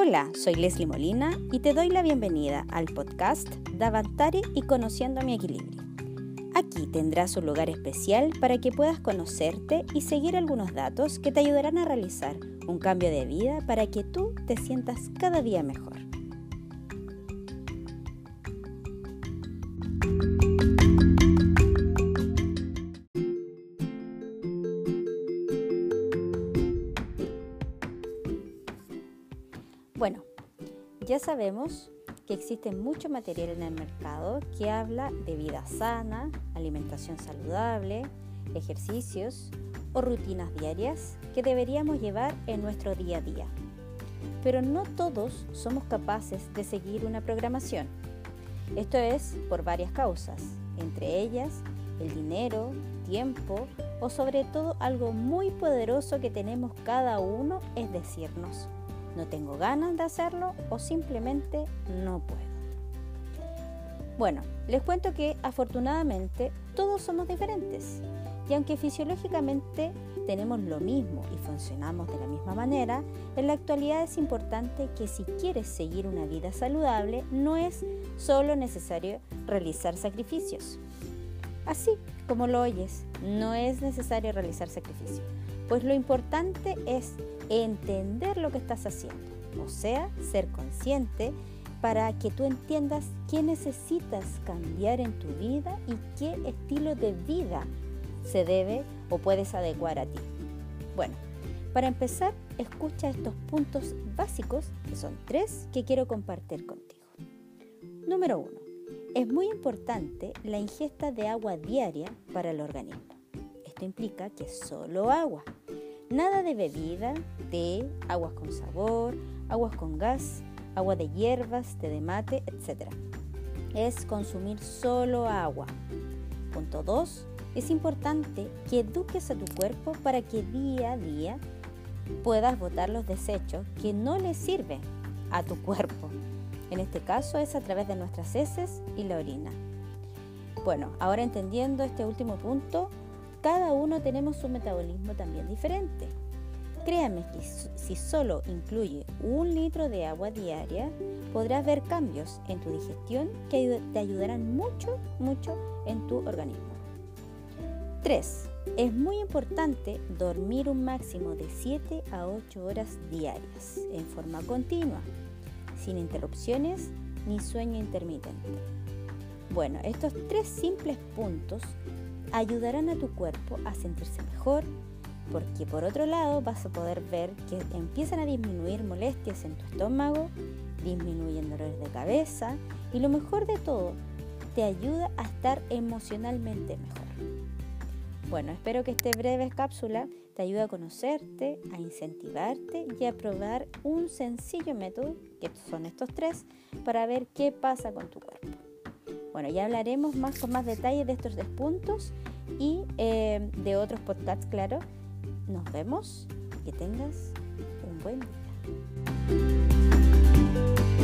Hola, soy Leslie Molina y te doy la bienvenida al podcast Davantari y Conociendo mi Equilibrio. Aquí tendrás un lugar especial para que puedas conocerte y seguir algunos datos que te ayudarán a realizar un cambio de vida para que tú te sientas cada día mejor. Bueno, ya sabemos que existe mucho material en el mercado que habla de vida sana, alimentación saludable, ejercicios o rutinas diarias que deberíamos llevar en nuestro día a día. Pero no todos somos capaces de seguir una programación. Esto es por varias causas, entre ellas el dinero, tiempo o sobre todo algo muy poderoso que tenemos cada uno es decirnos: no tengo ganas de hacerlo o simplemente no puedo. Bueno, les cuento que afortunadamente todos somos diferentes y aunque fisiológicamente tenemos lo mismo y funcionamos de la misma manera, en la actualidad es importante que si quieres seguir una vida saludable no es solo necesario realizar sacrificios. Así como lo oyes, no es necesario realizar sacrificios, pues lo importante es entender lo que estás haciendo, o sea, ser consciente para que tú entiendas qué necesitas cambiar en tu vida y qué estilo de vida se debe o puedes adecuar a ti. Bueno, para empezar, escucha estos puntos básicos, que son 3 que quiero compartir contigo. Número 1. Es muy importante la ingesta de agua diaria para el organismo. Esto implica que solo agua. Nada de bebida, té, aguas con sabor, aguas con gas, agua de hierbas, té de mate, etc. Es consumir solo agua. Punto 2. Es importante que eduques a tu cuerpo para que día a día puedas botar los desechos que no le sirven a tu cuerpo. En este caso es a través de nuestras heces y la orina. Bueno, ahora entendiendo este último punto, cada uno tenemos un metabolismo también diferente. Créame que si solo incluye 1 litro de agua diaria, podrás ver cambios en tu digestión que te ayudarán mucho en tu organismo. 3. Es muy importante dormir un máximo de 7 a 8 horas diarias, en forma continua, sin interrupciones ni sueño intermitente. Bueno, estos 3 simples puntos ayudarán a tu cuerpo a sentirse mejor, porque por otro lado vas a poder ver que empiezan a disminuir molestias en tu estómago, disminuyen dolores de cabeza y lo mejor de todo, te ayuda a estar emocionalmente mejor. Bueno, espero que esta breve cápsula te ayude a conocerte, a incentivarte y a probar un sencillo método, que son estos 3, para ver qué pasa con tu cuerpo. Bueno, ya hablaremos con más detalles de estos 3 puntos y de otros podcasts, claro. Nos vemos, que tengas un buen día.